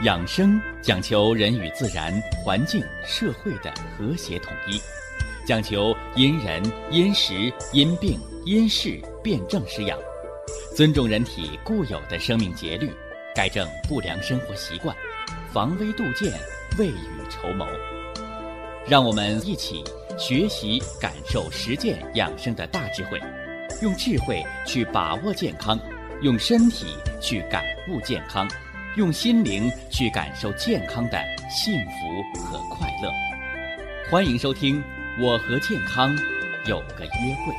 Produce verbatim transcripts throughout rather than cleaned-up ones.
养生讲求人与自然、环境、社会的和谐统一，讲求因人、因时、因病、因事辩证施养，尊重人体固有的生命节律，改正不良生活习惯，防微杜渐，未雨绸缪。让我们一起学习、感受、实践养生的大智慧，用智慧去把握健康，用身体去感悟健康，用心灵去感受健康的幸福和快乐。欢迎收听《我和健康有个约会》。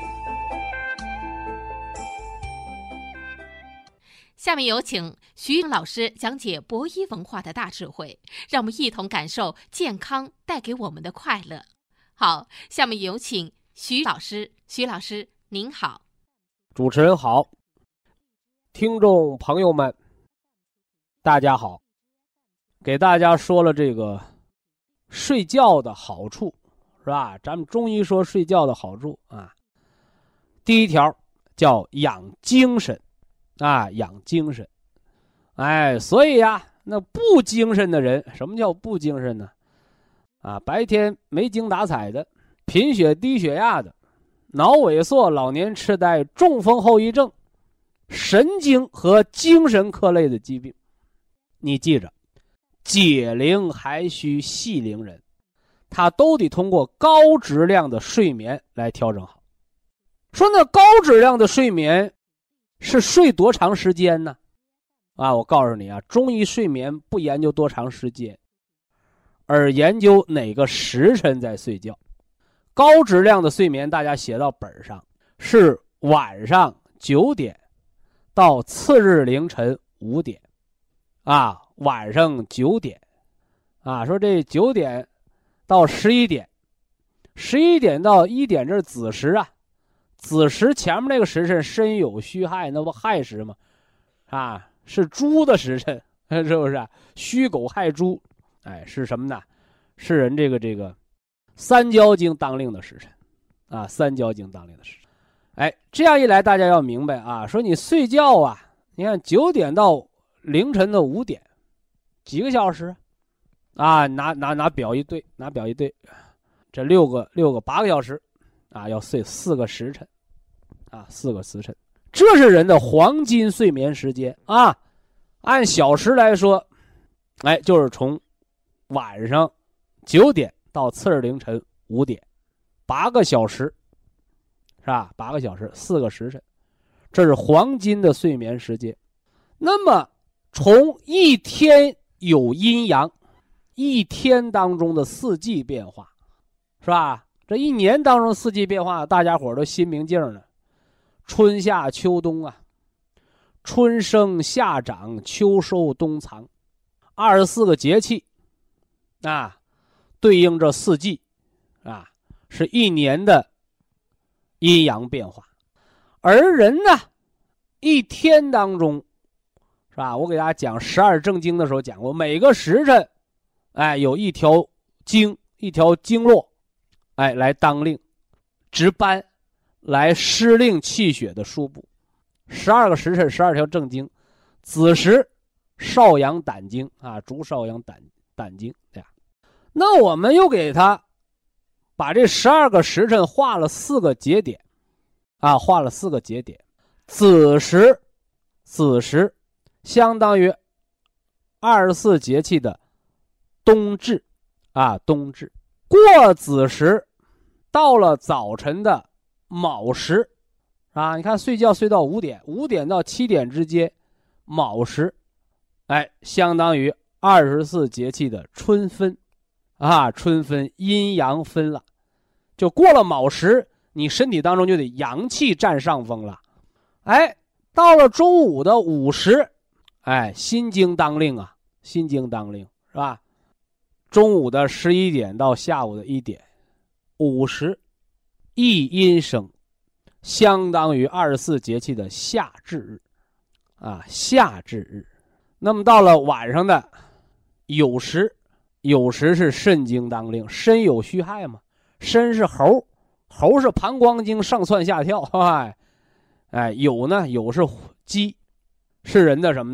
下面有请徐老师讲解博医文化的大智慧，让我们一同感受健康带给我们的快乐。好，下面有请徐老师。徐老师您好。 主持人好，听众朋友们大家好。给大家说了这个睡觉的好处，是吧？咱们中医说睡觉的好处啊，第一条叫养精神啊，养精神。哎，所以呀，那不精神的人，什么叫不精神呢？啊，白天没精打采的，贫血低血压的，脑萎缩、老年痴呆、中风后遗症、神经和精神科类的疾病，你记着，解铃还须系铃人，他都得通过高质量的睡眠来调整好。说那高质量的睡眠是睡多长时间呢？啊，我告诉你啊，中医睡眠不研究多长时间，而研究哪个时辰在睡觉。高质量的睡眠大家写到本上，是晚上九点到次日凌晨五点啊，晚上九点啊，说这九点到十一点，十一点到一点这是子时啊，子时前面那个时辰申酉戌亥，那不亥时吗？啊，是猪的时辰，是不是啊？戌狗亥猪，哎，是什么呢？是人这个这个三焦经当令的时辰啊，三焦经当令的时辰。哎，这样一来大家要明白啊，说你睡觉啊，你看九点到凌晨的五点，几个小时啊？拿拿拿表一对，拿表一对，这六个六个八个小时啊，要睡四个时辰啊，四个时辰，这是人的黄金睡眠时间啊。按小时来说，哎，就是从晚上九点到次日凌晨五点，八个小时，是吧？八个小时，四个时辰，这是黄金的睡眠时间。那么从一天有阴阳，一天当中的四季变化，是吧？这一年当中四季变化，大家伙都心明镜了。春夏秋冬啊，春生夏长，秋收冬藏，二十四个节气啊，对应这四季啊，是一年的阴阳变化。而人呢，一天当中，是吧？我给大家讲十二正经的时候讲过，每个时辰，哎，有一条经，一条经络，哎，来当令值班，来施令气血的输布。十二个时辰，十二条正经。子时少阳胆经啊，主少阳胆胆经这样。那我们又给他把这十二个时辰画了四个节点啊，画了四个节点。子时，子时相当于二十四节气的冬至啊，冬至。过子时，到了早晨的卯时啊，你看睡觉睡到五点，五点到七点之间，卯时，哎，相当于二十四节气的春分啊，春分阴阳分了，就过了卯时，你身体当中就得阳气占上风了。哎，到了中午的午时，哎，心经当令啊，心经当令是吧？中午的十一点到下午的一点，午时一阴生，相当于二十四节气的夏至日啊，夏至日。那么到了晚上的酉时，酉时是肾经当令，申酉戌亥嘛，申是猴，猴是膀胱经上窜下跳，哎哎，酉呢，酉是鸡，是人的什么呢？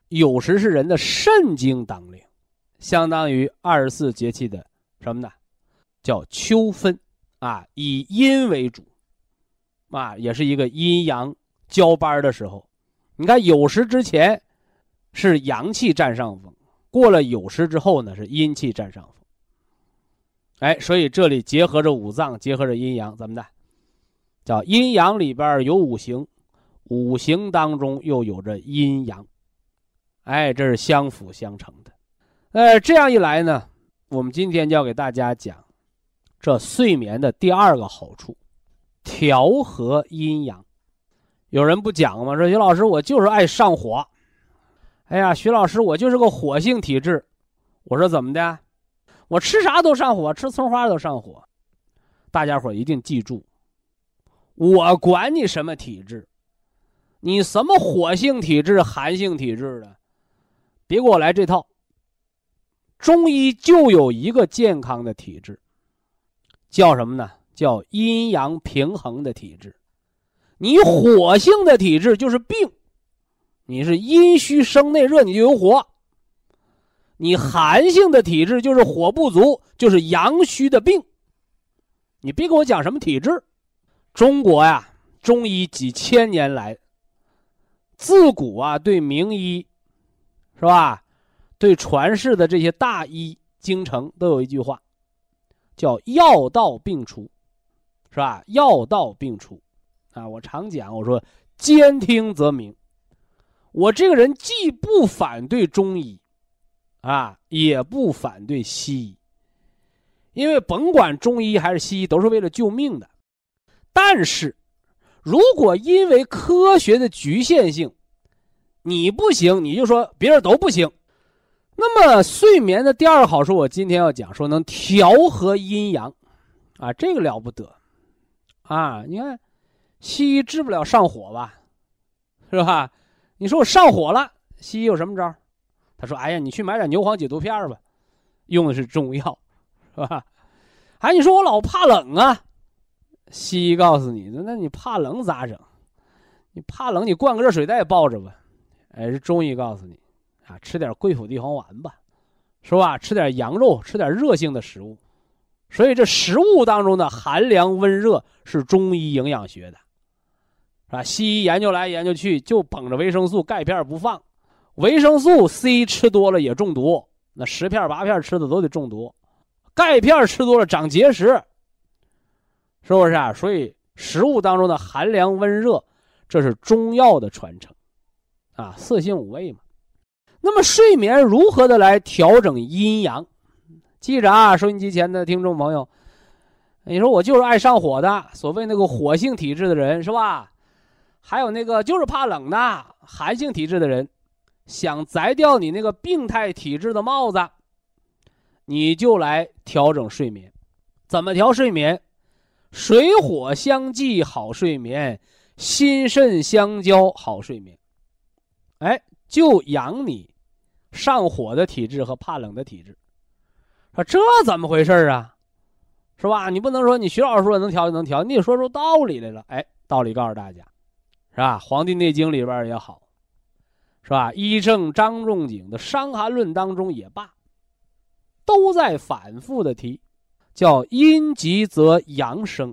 酉时是人的肾经当令，相当于二十四节气的什么呢？叫秋分啊，以阴为主啊，也是一个阴阳交班的时候。你看酉时之前是阳气占上风，过了酉时之后呢，是阴气占上风。哎，所以这里结合着五脏，结合着阴阳，怎么的？叫阴阳里边有五行，五行当中又有着阴阳，哎，这是相辅相成的。呃，这样一来呢，我们今天就要给大家讲这睡眠的第二个好处，调和阴阳。有人不讲吗？说徐老师，我就是爱上火。哎呀，徐老师，我就是个火性体质。我说怎么的？我吃啥都上火，吃葱花都上火。大家伙一定记住，我管你什么体质，你什么火性体质、寒性体质的，别给我来这套。中医就有一个健康的体质，叫什么呢？叫阴阳平衡的体质。你火性的体质就是病，你是阴虚生内热，你就有火。你寒性的体质就是火不足，就是阳虚的病。你别给我讲什么体质。中国呀，中医几千年来，自古啊对名医，是吧？对传世的这些大医精诚都有一句话，叫药到病除，是吧？药到病除啊，我常讲，我说兼听则明。我这个人既不反对中医啊，也不反对西医，因为甭管中医还是西医，都是为了救命的。但是如果因为科学的局限性，你不行，你就说别人都不行。那么睡眠的第二个好处，我今天要讲说能调和阴阳啊，这个了不得啊！你看西医治不了上火吧，是吧？你说我上火了，西医有什么招？他说哎呀，你去买点牛黄解毒片吧，用的是中药，是吧？哎，你说我老怕冷啊，西医告诉你，那你怕冷咋整？你怕冷，你灌个热水袋抱着吧。哎，是中医告诉你啊，吃点桂附地黄丸吧，是吧？吃点羊肉，吃点热性的食物。所以这食物当中的寒凉温热是中医营养学的，是吧？西医研究来研究去，就捧着维生素钙片不放。维生素 C 吃多了也中毒，那十片八片吃的都得中毒。钙片吃多了长结石，是不是啊？所以食物当中的寒凉温热，这是中药的传承啊，四性五味嘛。那么睡眠如何的来调整阴阳？记着啊，收音机前的听众朋友，你说我就是爱上火的，所谓那个火性体质的人，是吧？还有那个就是怕冷的寒性体质的人，想摘掉你那个病态体质的帽子，你就来调整睡眠。怎么调睡眠？水火相济好睡眠，心肾相交好睡眠。哎，就养你上火的体质和怕冷的体质。说这怎么回事啊？是吧？你不能说你徐老师说能调就能调，你得说出道理来了。哎，道理告诉大家，是吧？《黄帝内经》里边也好，是吧？医圣张仲景的《伤寒论》当中也罢，都在反复的提，叫阴极则阳生，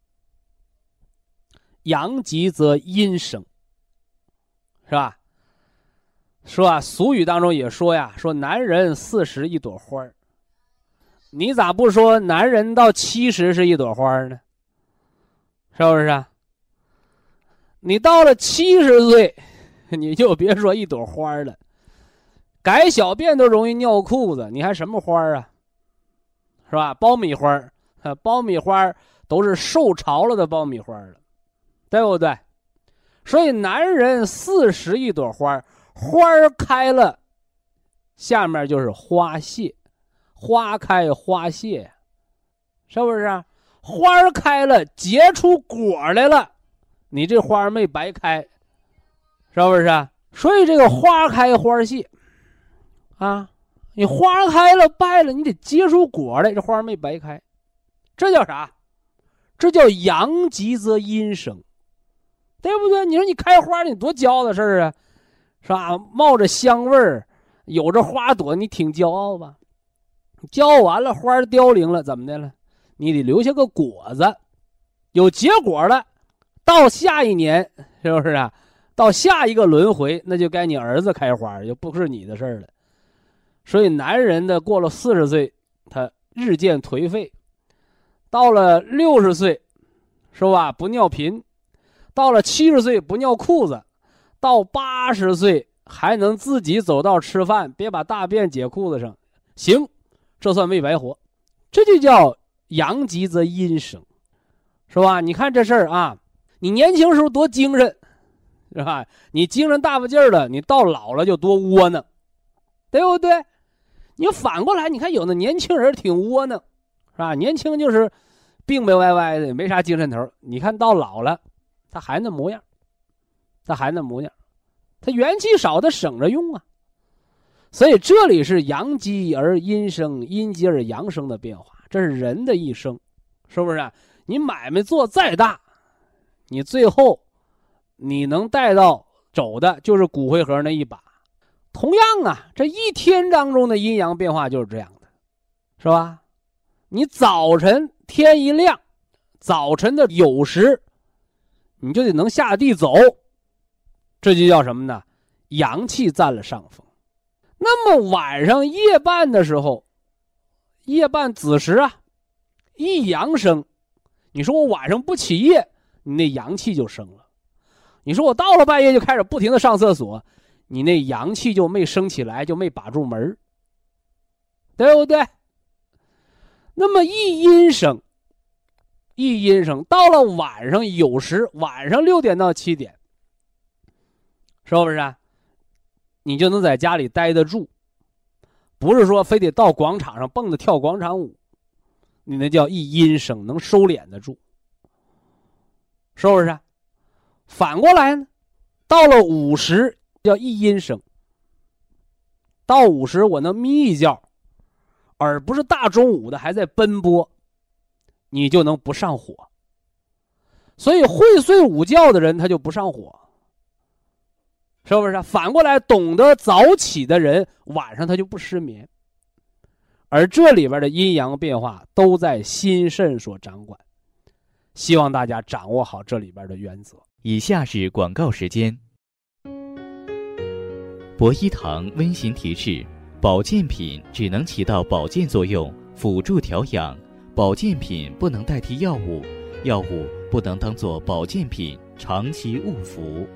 阳极则阴生，是吧？说啊，俗语当中也说呀，说男人四十一朵花儿。你咋不说男人到七十是一朵花呢？是不是啊？你到了七十岁，你就别说一朵花了，改小便都容易尿裤子，你还什么花啊？是吧？苞米花，苞米花都是受潮了的苞米花了，对不对？所以男人四十一朵花，花开了，下面就是花谢。花开花谢，是不是啊？花开了，结出果来了，你这花没白开，是不是啊？所以这个花开花谢啊，你花开了败了，你得结出果来，这花没白开，这叫啥？这叫阳极则阴生，对不对？你说你开花，你多骄傲的事儿啊， 是吧？冒着香味儿，有着花朵，你挺骄傲吧？骄傲完了，花凋零了，怎么的了？你得留下个果子，有结果了，到下一年是不是啊？到下一个轮回，那就该你儿子开花，就不是你的事儿了。所以男人的过了四十岁，他日渐颓废，到了六十岁，是吧？不尿频，到了七十岁不尿裤子，到八十岁还能自己走道吃饭，别把大便解裤子上，行，这算没白活。这就叫阳极则阴生，是吧？你看这事儿啊，你年轻时候多精神，是吧？你精神大不劲儿了，你到老了就多窝囊，对不对？你反过来，你看有的年轻人挺窝囊，是吧？年轻就是病病歪歪的，没啥精神头。你看到老了，他还那模样，他还那模样，他元气少，他省着用啊。所以这里是阳极而阴生，阴极而阳生的变化，这是人的一生，是不是啊？你买卖做再大，你最后你能带到走的就是骨灰盒那一把。同样啊，这一天当中的阴阳变化就是这样的，是吧？你早晨天一亮，早晨的酉时，你就得能下地走，这就叫什么呢？阳气占了上风。那么晚上夜半的时候，夜半子时啊，一阳生，你说我晚上不起夜，你那阳气就生了。你说我到了半夜就开始不停的上厕所，你那阳气就没升起来，就没把住门，对不对？那么一阴生，一阴生，到了晚上酉时，晚上六点到七点，是不是啊？你就能在家里待得住，不是说非得到广场上蹦着跳广场舞，你那叫一阴生，能收敛得住，是不是啊？反过来呢，到了午时叫一阴生，到午时我能眯一觉，而不是大中午的还在奔波，你就能不上火。所以会睡午觉的人他就不上火，是不是？反过来懂得早起的人晚上他就不失眠。而这里边的阴阳变化都在心肾所掌管，希望大家掌握好这里边的原则。 以下是广告时间。博一堂温馨提示：保健品只能起到保健作用，辅助调养，保健品不能代替药物，药物不能当作保健品长期误服。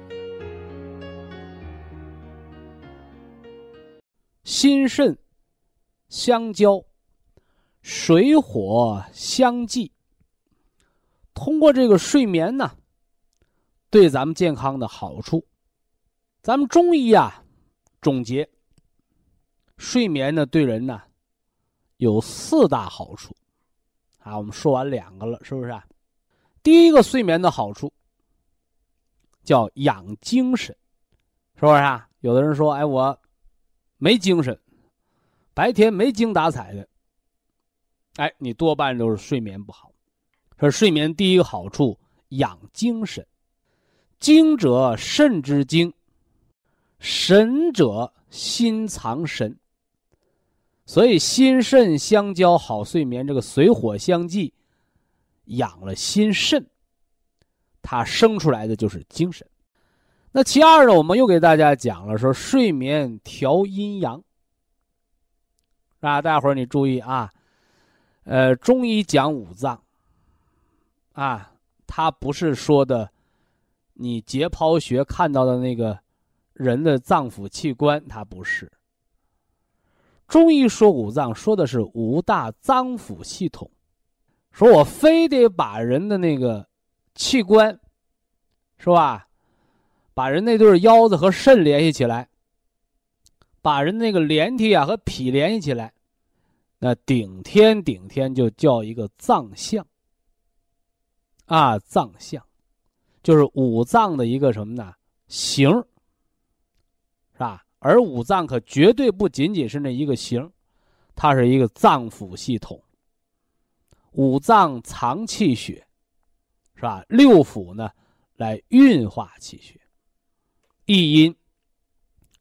心肾相交，水火相济，通过这个睡眠呢，对咱们健康的好处，咱们中医啊总结，睡眠呢对人呢有四大好处啊。我们说完两个了，是不是啊？第一个睡眠的好处叫养精神，是不是啊？有的人说，哎，我没精神，白天没精打采的，哎，你多半都是睡眠不好。这是睡眠第一个好处，养精神。精者肾之精，神者心藏神。所以心肾相交，好睡眠，这个水火相济，养了心肾，它生出来的就是精神。那其二呢，我们又给大家讲了说睡眠调阴阳啊，大伙儿你注意啊，呃，中医讲五脏啊，它不是说的你解剖学看到的那个人的脏腑器官，它不是。中医说五脏，说的是五大脏腑系统，说我非得把人的那个器官，是吧？把人那对腰子和肾联系起来，把人那个连体啊和脾联系起来，那顶天顶天就叫一个脏象啊，脏象就是五脏的一个什么呢？形，是吧？而五脏可绝对不仅仅是那一个形，它是一个脏腑系统。五脏藏气血，是吧？六腑呢来运化气血。一阴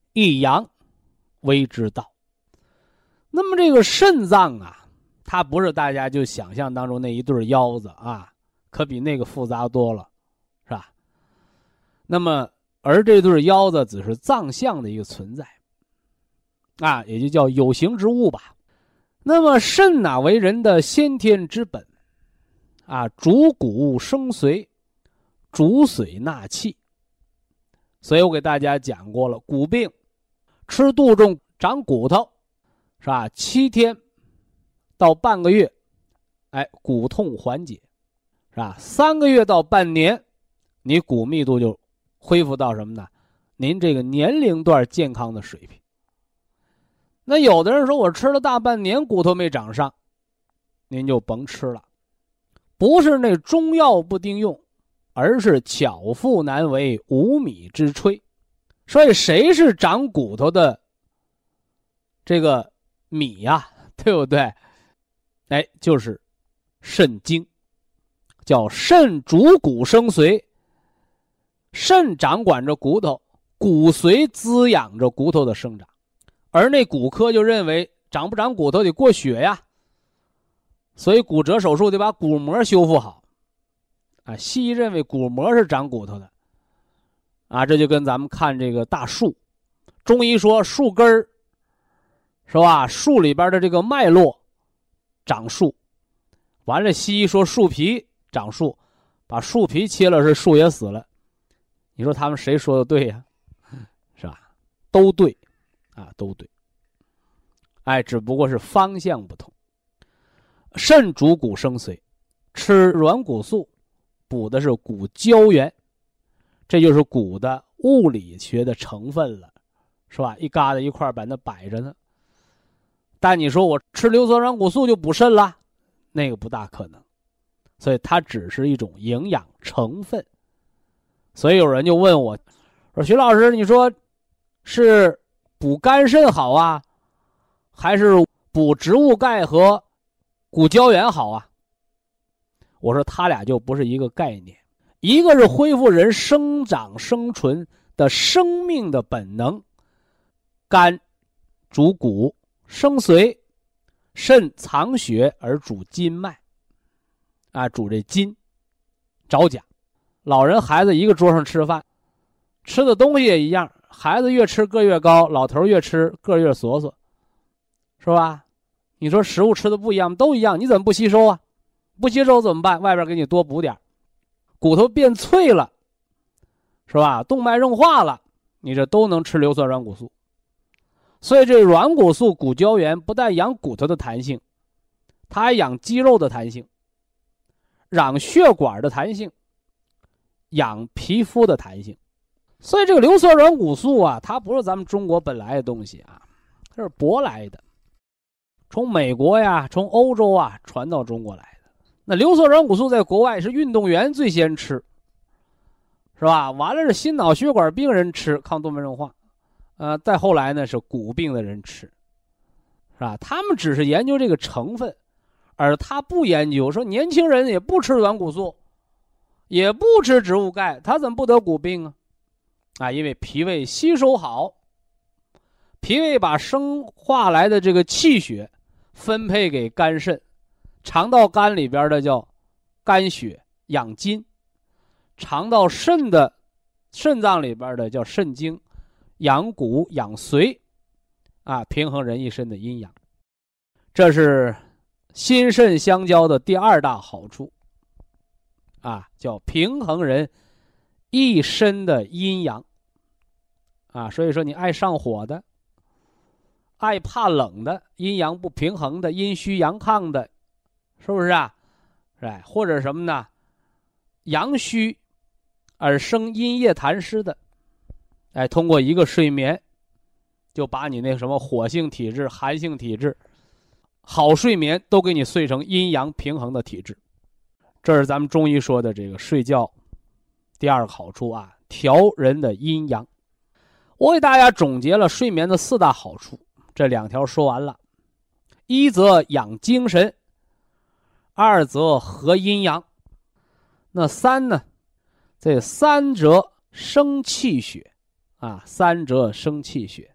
一阳为之道。那么这个肾脏啊，它不是大家就想象当中那一对腰子啊，可比那个复杂多了，是吧？那么而这对腰子只是脏象的一个存在啊，也就叫有形之物吧。那么肾呐、啊、为人的先天之本啊，主骨生髓，主髓纳气。所以我给大家讲过了，骨病吃杜仲长骨头，是吧？七天到半个月，哎，骨痛缓解，是吧？三个月到半年，你骨密度就恢复到什么呢？您这个年龄段健康的水平。那有的人说我吃了大半年骨头没长上，您就甭吃了。不是那中药不丁用，而是巧妇难为无米之炊。所以谁是长骨头的这个米呀、啊，对不对？哎，就是肾经，叫肾主骨生髓，肾掌管着骨头，骨髓滋养着骨头的生长。而那骨科就认为长不长骨头得过血呀，所以骨折手术得把骨膜修复好啊。西医认为骨膜是长骨头的啊，这就跟咱们看这个大树，中医说树根儿是吧？树里边的这个脉络长树，完了西医说树皮长树，把树皮切了是树也死了。你说他们谁说的对呀？是吧？都对啊，都对。哎，只不过是方向不同。肾主骨生髓，吃软骨素补的是骨胶原，这就是骨的物理学的成分了，是吧？一疙瘩一块把那摆着呢。但你说我吃硫酸软骨素就补肾了，那个不大可能。所以它只是一种营养成分。所以有人就问我说，徐老师，你说是补肝肾好啊，还是补植物钙和骨胶原好啊？我说它俩就不是一个概念。一个是恢复人生长生存的生命的本能，肝主骨生髓，肾藏血而主筋脉啊，主这筋着讲。老人孩子一个桌上吃饭，吃的东西也一样，孩子越吃个越高，老头越吃个越缩缩，是吧？你说食物吃的不一样，都一样，你怎么不吸收啊？不吸收怎么办？外边给你多补点，骨头变脆了，是吧？动脉硬化了，你这都能吃硫酸软骨素。所以这软骨素、骨胶原不但养骨头的弹性，它还养肌肉的弹性，养血管的弹性，养皮肤的弹性。所以这个硫酸软骨素啊，它不是咱们中国本来的东西啊，它是舶来的，从美国呀，从欧洲啊传到中国来的。那硫酸软骨素在国外是运动员最先吃，是吧？完了是心脑血管病人吃，抗动脉硬化。呃，再后来呢是骨病的人吃，是吧？他们只是研究这个成分，而他不研究说年轻人也不吃软骨素，也不吃植物钙，他怎么不得骨病啊？啊，因为脾胃吸收好，脾胃把生化来的这个气血分配给肝肾，肠道肝里边的叫肝血养筋，肠道肾的肾脏里边的叫肾精养骨养髓，啊，平衡人一身的阴阳。这是心肾相交的第二大好处，啊，叫平衡人一身的阴阳。啊，所以说你爱上火的，爱怕冷的，阴阳不平衡的，阴虚阳亢的，是不是啊？哎，或者什么呢？阳虚而生阴液痰湿的，哎，通过一个睡眠，就把你那什么火性体质、寒性体质，好睡眠都给你睡成阴阳平衡的体质。这是咱们中医说的这个睡觉第二个好处啊，调人的阴阳。我给大家总结了睡眠的四大好处，这两条说完了。一则养精神，二则和阴阳，那三呢？这三者生气血啊，三者生气血。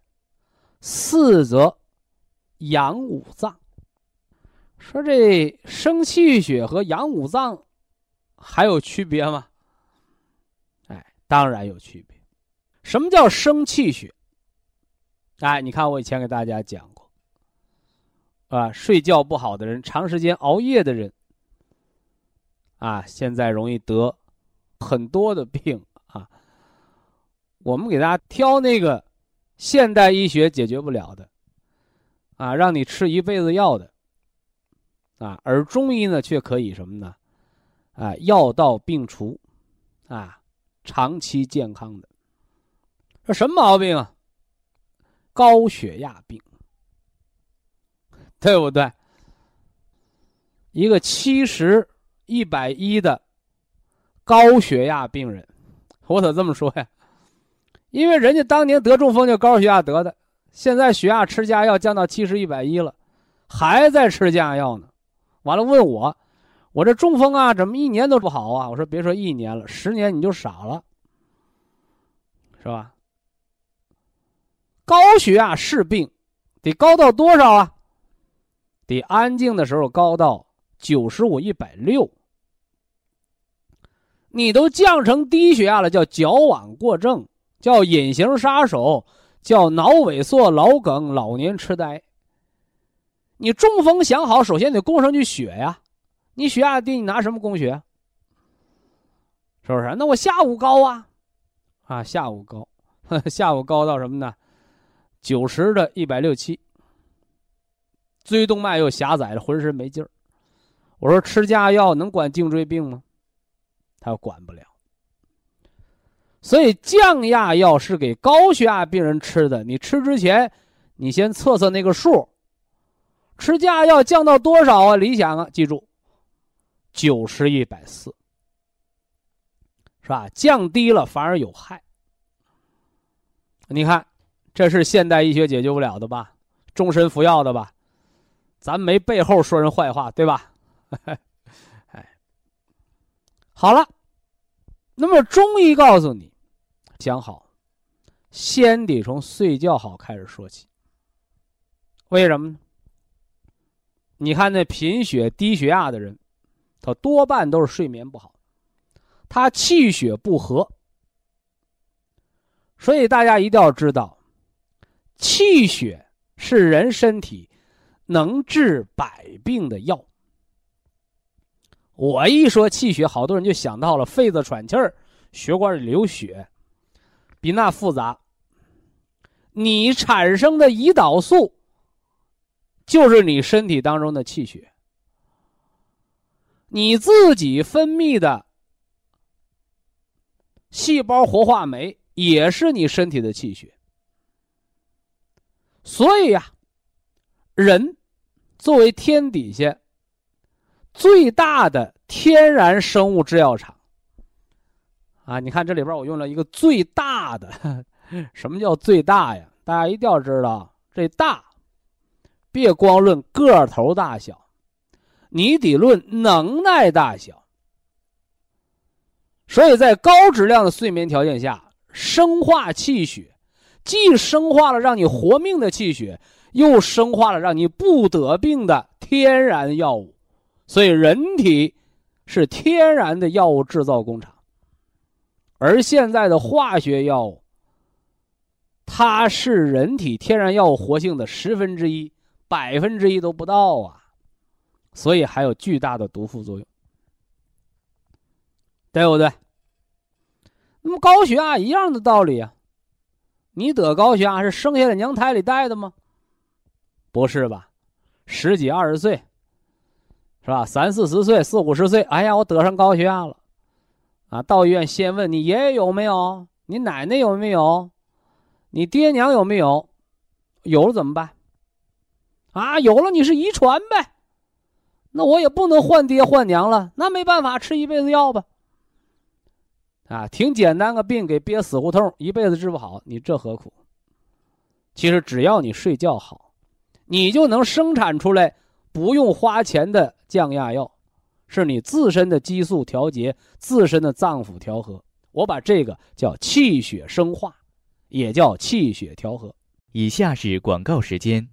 四则养五脏。说这生气血和养五脏还有区别吗？哎，当然有区别。什么叫生气血？哎，你看我以前给大家讲过，啊，睡觉不好的人，长时间熬夜的人，啊，现在容易得很多的病啊。我们给大家挑那个现代医学解决不了的，啊，让你吃一辈子药的，啊，而中医呢却可以什么呢？啊，药到病除，啊，长期健康的。这什么毛病啊？高血压病，对不对？一个七十、一百一的高血压病人，我咋这么说呀？因为人家当年得中风就高血压得的，现在血压吃降压药降到七十、一百一了，还在吃降压药呢。完了问我，我这中风啊，怎么一年都不好啊？我说别说一年了，十年你就傻了，是吧？高血压是病，得高到多少啊？得安静的时候高到九十五、一百六。你都降成低血压了，叫矫枉过正，叫隐形杀手，叫脑萎缩、脑梗、老年痴呆。你中风想好，首先得供上去血呀。你血压低，你拿什么供血？是不是？那我下午高啊，啊，下午高，呵呵下午高到什么呢？九十的一百六七，椎动脉又狭窄了，浑身没劲儿。我说吃降压药能管颈椎病吗？他管不了。所以降压药是给高血压病人吃的，你吃之前，你先测测那个数。吃降压药降到多少啊？理想啊，记住，九十、一百四，是吧？降低了反而有害。你看。这是现代医学解决不了的吧？终身服药的吧？咱没背后说人坏话，对吧？哎，好了，那么中医告诉你，讲好，先得从睡觉好开始说起。为什么呢？你看那贫血、低血压的人，他多半都是睡眠不好，他气血不和，所以大家一定要知道。气血是人身体能治百病的药。我一说气血，好多人就想到了肺子喘气儿，血管里流血，比那复杂。你产生的胰岛素就是你身体当中的气血，你自己分泌的细胞活化酶也是你身体的气血。所以呀、啊，人作为天底下最大的天然生物制药厂啊，你看这里边我用了一个最大的，什么叫最大呀？大家一定要知道，这大别光论个头大小，你得论能耐大小。所以在高质量的睡眠条件下，生化气血。既生化了让你活命的气血，又生化了让你不得病的天然药物，所以人体是天然的药物制造工厂。而现在的化学药物，它是人体天然药物活性的十分之一、百分之一都不到啊，所以还有巨大的毒副作用，对不对？那么高血压一样的道理啊。你得高血压是生下来娘胎里带的吗？不是吧？十几二十岁，是吧？三四十岁、四五十岁，哎呀，我得上高血压了，啊，到医院先问你爷爷有没有，你奶奶有没有，你爹娘有没有？有了怎么办？啊，有了你是遗传呗，那我也不能换爹换娘了，那没办法，吃一辈子药吧。啊，挺简单个病，给憋死胡同，一辈子治不好，你这何苦？其实只要你睡觉好，你就能生产出来不用花钱的降压药，是你自身的激素调节，自身的脏腑调和。我把这个叫气血生化，也叫气血调和。 以下是广告时间。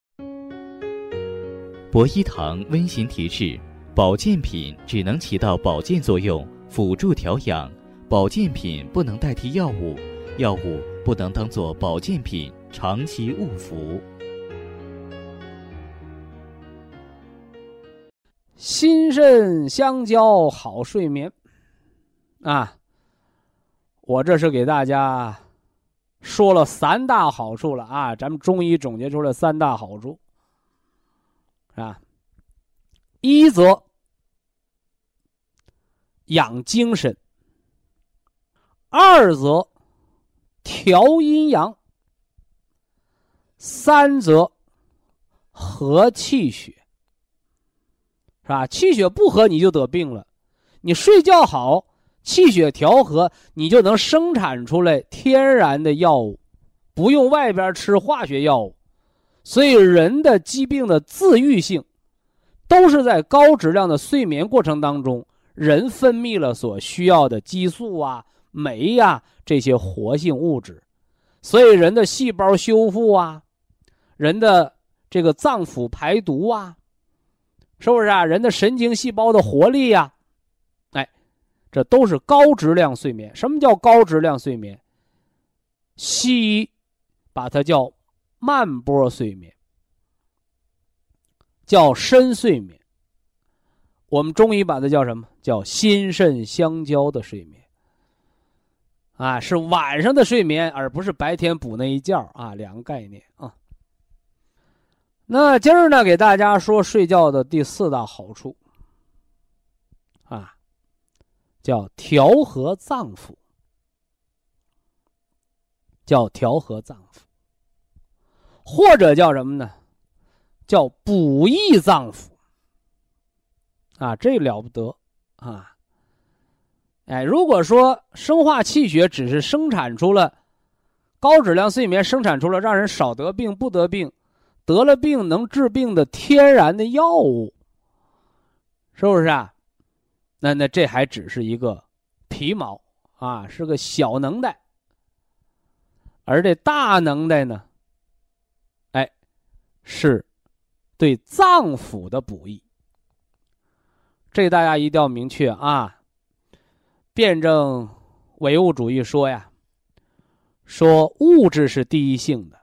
博一堂温馨提示：保健品只能起到保健作用，辅助调养，保健品不能代替药物，药物不能当作保健品长期误服。 心肾相交，好睡眠啊！我这是给大家说了三大好处了啊！咱们中医总结出了三大好处啊：一则养精神，二则调阴阳，三则和气血。是吧？气血不和你就得病了。你睡觉好，气血调和，你就能生产出来天然的药物，不用外边吃化学药物。所以人的疾病的自愈性都是在高质量的睡眠过程当中，人分泌了所需要的激素啊、酶呀、这些活性物质。所以人的细胞修复啊，人的这个脏腑排毒啊，是不是啊？人的神经细胞的活力呀、啊，哎，这都是高质量睡眠。什么叫高质量睡眠？西医把它叫慢波睡眠，叫深睡眠。我们中医把它叫什么？叫心肾相交的睡眠。啊，是晚上的睡眠，而不是白天补那一觉啊，两个概念啊。那今儿呢，给大家说睡觉的第四大好处啊，叫调和脏腑，叫调和脏腑，或者叫什么呢？叫补益脏腑啊，这了不得啊！哎，如果说生化气血只是生产出了高质量睡眠，生产出了让人少得病、不得病。得了病能治病的天然的药物，是不是啊？那那这还只是一个皮毛啊，是个小能耐。而这大能耐呢，哎，是对脏腑的补益。这大家一定要明确啊。辩证唯物主义说呀，说物质是第一性的。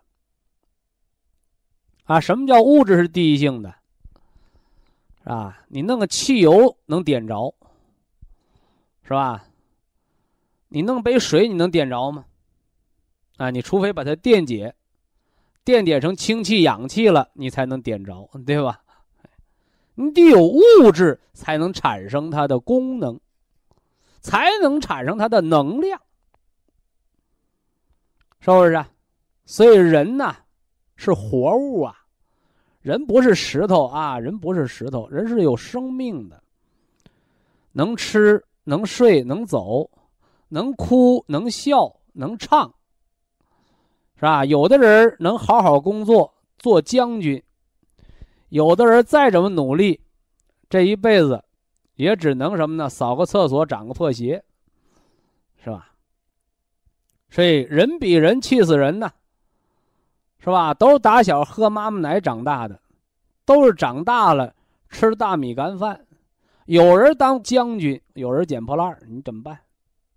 啊，什么叫物质是第一性的？是吧？你弄个汽油能点着，是吧？你弄杯水你能点着吗？啊，你除非把它电解，电解成氢气、氧气了，你才能点着，对吧？你得有物质才能产生它的功能，才能产生它的能量，是不是啊？所以人呐，是活物啊，人不是石头啊，人不是石头，人是有生命的，能吃能睡能走，能哭能笑能唱，是吧？有的人能好好工作做将军，有的人再怎么努力，这一辈子也只能什么呢？扫个厕所长个破鞋，是吧？所以人比人气死人呐，是吧？都是打小喝妈妈奶长大的，都是长大了吃大米干饭。有人当将军，有人捡破烂，你怎么办？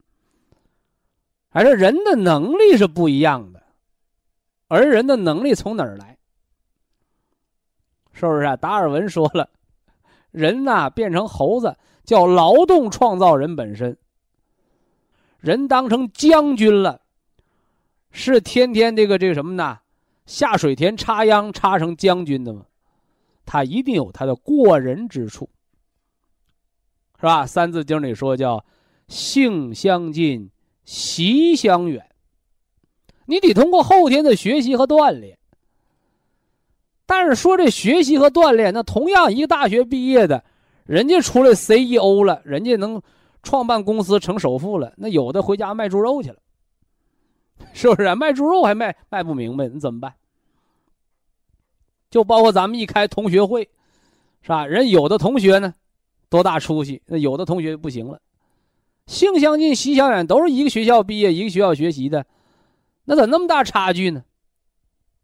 还是人的能力是不一样的，而人的能力从哪儿来？是不是啊？达尔文说了，人呐、啊、变成猴子，叫劳动创造人本身。人当成将军了，是天天这个这个什么呢？下水田插秧插成将军的吗？他一定有他的过人之处，是吧？三字经里说叫性相近，习相远。你得通过后天的学习和锻炼。但是说这学习和锻炼，那同样一个大学毕业的，人家出来 C E O 了，人家能创办公司成首富了，那有的回家卖猪肉去了，是不是啊？卖猪肉还卖卖不明白，你怎么办？就包括咱们一开同学会，是吧？人有的同学呢多大出息，那有的同学不行了。性相近习相远，都是一个学校毕业一个学校学习的，那怎么那么大差距呢？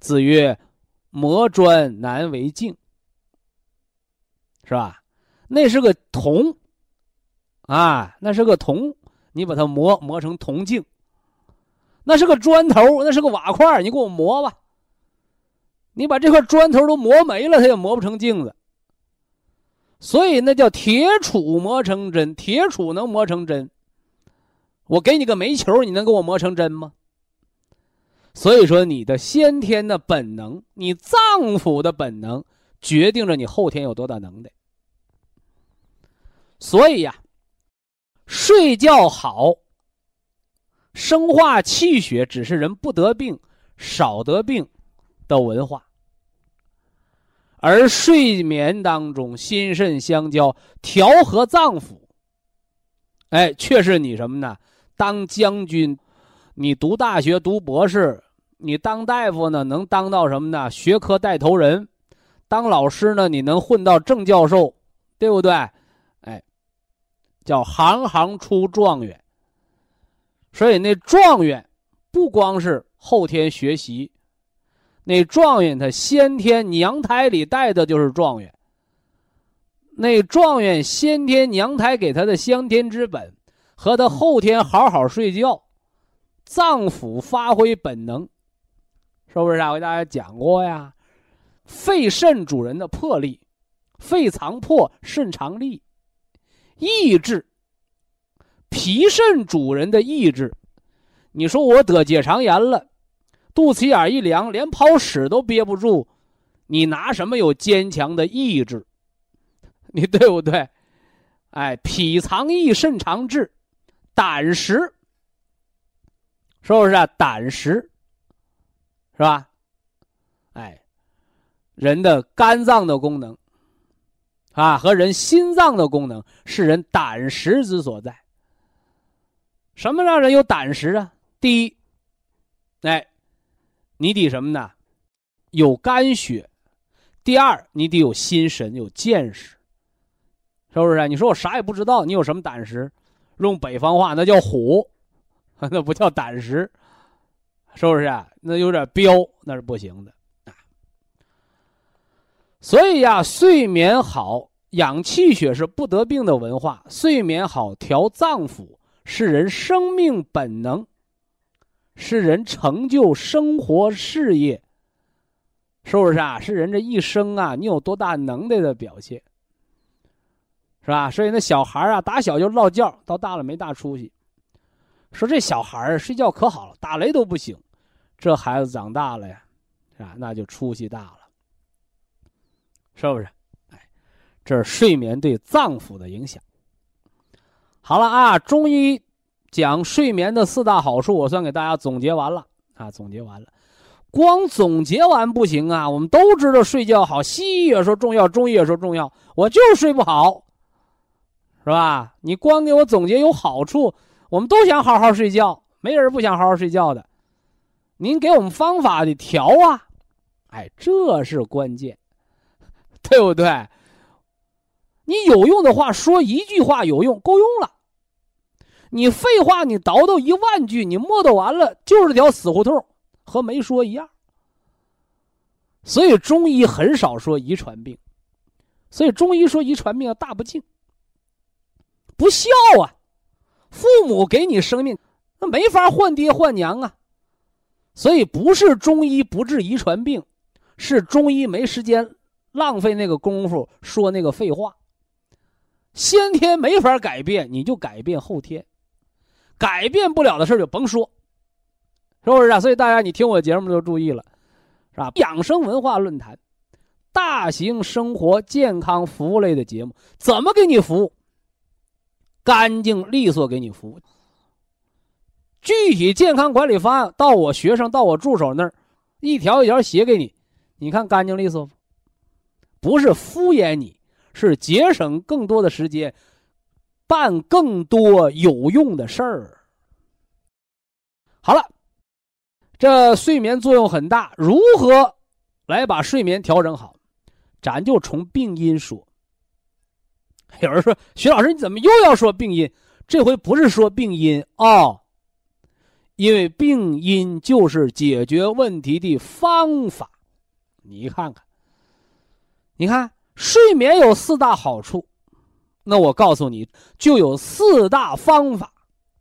子曰：磨砖难为镜，是吧？那是个铜啊，那是个铜，你把它磨磨成铜镜。那是个砖头，那是个瓦块，你给我磨吧。你把这块砖头都磨没了，它也磨不成镜子。所以那叫铁杵磨成针，铁杵能磨成针。我给你个煤球，你能给我磨成针吗？所以说你的先天的本能，你脏腑的本能，决定着你后天有多大能耐。所以呀，睡觉好，生化气血，只是人不得病少得病的文化。而睡眠当中心肾相交，调和脏腑，哎，却是你什么呢？当将军，你读大学读博士，你当大夫呢能当到什么呢？学科带头人。当老师呢你能混到正教授，对不对？哎，叫行行出状元。所以那状元不光是后天学习，那状元他先天娘胎里带的就是状元。那状元先天娘胎给他的先天之本，和他后天好好睡觉，脏腑发挥本能，是不是啊？我给大家讲过呀，肺肾主人的魄力，肺藏魄，肾藏力，意志，脾肾主人的意志。你说我得结肠炎了，肚脐眼一凉，连跑屎都憋不住，你拿什么有坚强的意志？你对不对？哎，脾藏意，肾藏志，胆识，是不是啊？胆识，是吧？哎，人的肝脏的功能啊，和人心脏的功能是人胆识之所在。什么让人有胆识啊？第一，哎，你得什么呢？有肝血。第二，你得有心神，有见识，是不是啊？你说我啥也不知道，你有什么胆识？用北方话，那叫虎，那不叫胆识，是不是啊？那有点彪，那是不行的。所以呀，睡眠好养气血是不得病的文化，睡眠好调脏腑是人生命本能，是人成就生活事业，是不是啊？是人这一生啊，你有多大能耐的表现，是吧？所以那小孩啊，打小就落觉，到大了没大出息。说这小孩睡觉可好了，打雷都不醒，这孩子长大了呀，是吧？那就出息大了，是不是？哎，这是睡眠对脏腑的影响。好了啊，中医讲睡眠的四大好处，我算给大家总结完了啊，总结完了。光总结完不行啊，我们都知道睡觉好，西医也说重要，中医也说重要，我就是睡不好，是吧？你光给我总结有好处，我们都想好好睡觉，没人不想好好睡觉的。您给我们方法得调啊，哎，这是关键，对不对？你有用的话说一句话有用，够用了。你废话你倒腾一万句，你磨叨完了就是条死胡同，和没说一样。所以中医很少说遗传病，所以中医说遗传病大不敬，不孝啊！父母给你生命，那没法换爹换娘啊。所以不是中医不治遗传病，是中医没时间浪费那个功夫说那个废话。先天没法改变，你就改变后天，改变不了的事就甭说，是不是啊？所以大家你听我节目就注意了，是吧？养生文化论坛，大型生活健康服务类的节目，怎么给你服务？干净利索给你服务。具体健康管理方案到我学生到我助手那儿，一条一条写给你，你看干净利索不？是敷衍你，是节省更多的时间，办更多有用的事儿。好了，这睡眠作用很大，如何来把睡眠调整好？咱就从病因说。有人说，徐老师你怎么又要说病因？这回不是说病因哦， 因为病因就是解决问题的方法。你看看，你看睡眠有四大好处，那我告诉你，就有四大方法，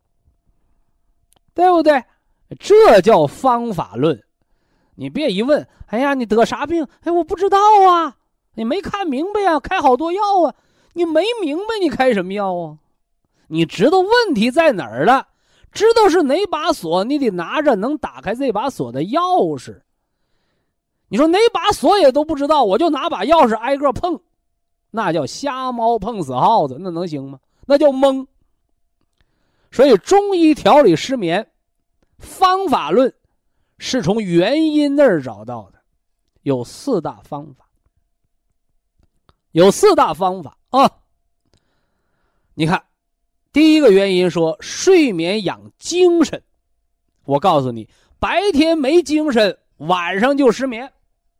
对不对？这叫方法论。你别一问，哎呀，你得啥病？哎，我不知道啊，你没看明白啊，开好多药啊。你没明白，你开什么药啊？你知道问题在哪儿了，知道是哪把锁，你得拿着能打开这把锁的钥匙。你说哪把锁也都不知道，我就拿把钥匙挨个碰，那叫瞎猫碰死耗子，那能行吗？那叫蒙。所以中医调理失眠方法论是从原因那儿找到的，有四大方法，有四大方法啊。你看，第一个原因说睡眠养精神，我告诉你，白天没精神，晚上就失眠。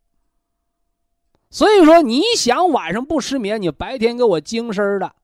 所以说，你想晚上不失眠，你白天给我精神的，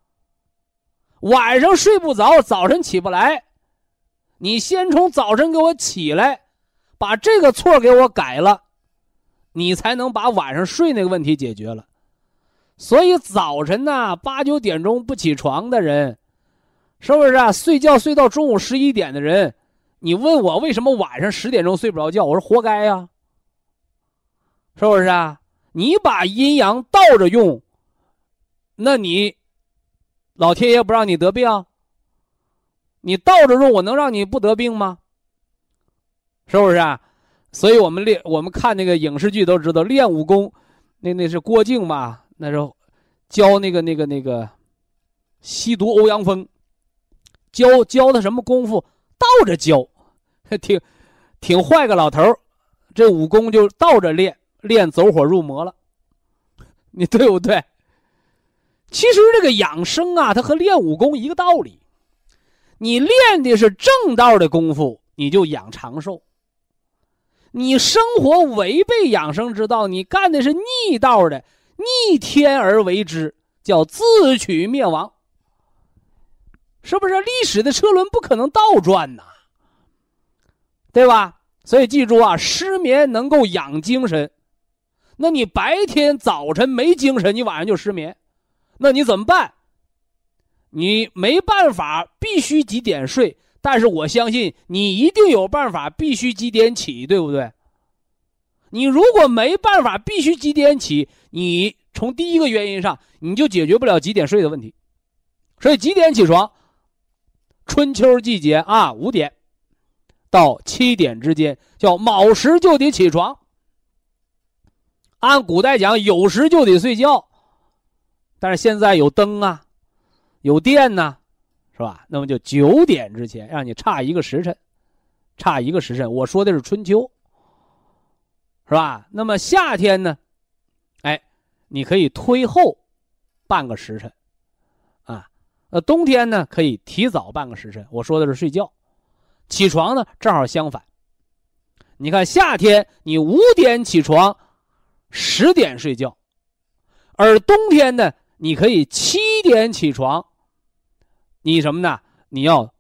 晚上睡不着，早晨起不来，你先从早晨给我起来，把这个错给我改了，你才能把晚上睡那个问题解决了。所以早晨呢，八九点钟不起床的人，是不是啊？睡觉睡到中午十一点的人，你问我为什么晚上十点钟睡不着觉，我说活该呀、啊，是不是啊？你把阴阳倒着用，那你老天爷不让你得病？你倒着用，我能让你不得病吗？是不是啊？所以我们练，我们看那个影视剧都知道，练武功，那那是郭靖嘛，那时候教那个那个那个吸毒欧阳锋，教教他什么功夫？倒着教，挺挺坏个老头，这武功就倒着练，练走火入魔了，你对不对？其实这个养生啊，它和练武功一个道理。你练的是正道的功夫，你就养长寿。你生活违背养生之道，你干的是逆道的，逆天而为之，叫自取灭亡。是不是？历史的车轮不可能倒转呐，对吧？所以记住啊，失眠能够养精神。那你白天早晨没精神，你晚上就失眠，那你怎么办？你没办法必须几点睡，但是我相信你一定有办法必须几点起，对不对？你如果没办法必须几点起，你从第一个原因上你就解决不了几点睡的问题。所以几点起床？春秋季节啊，五点到七点之间叫卯时就得起床。按古代讲，酉时就得睡觉，但是现在有灯啊，有电呢、啊，是吧？那么就九点之前，让你差一个时辰，差一个时辰。我说的是春秋，是吧？那么夏天呢？哎，你可以推后半个时辰，啊，那冬天呢可以提早半个时辰。我说的是睡觉，起床呢正好相反。你看夏天你五点起床，十点睡觉，而冬天呢，你可以七点起床，你什么呢？你要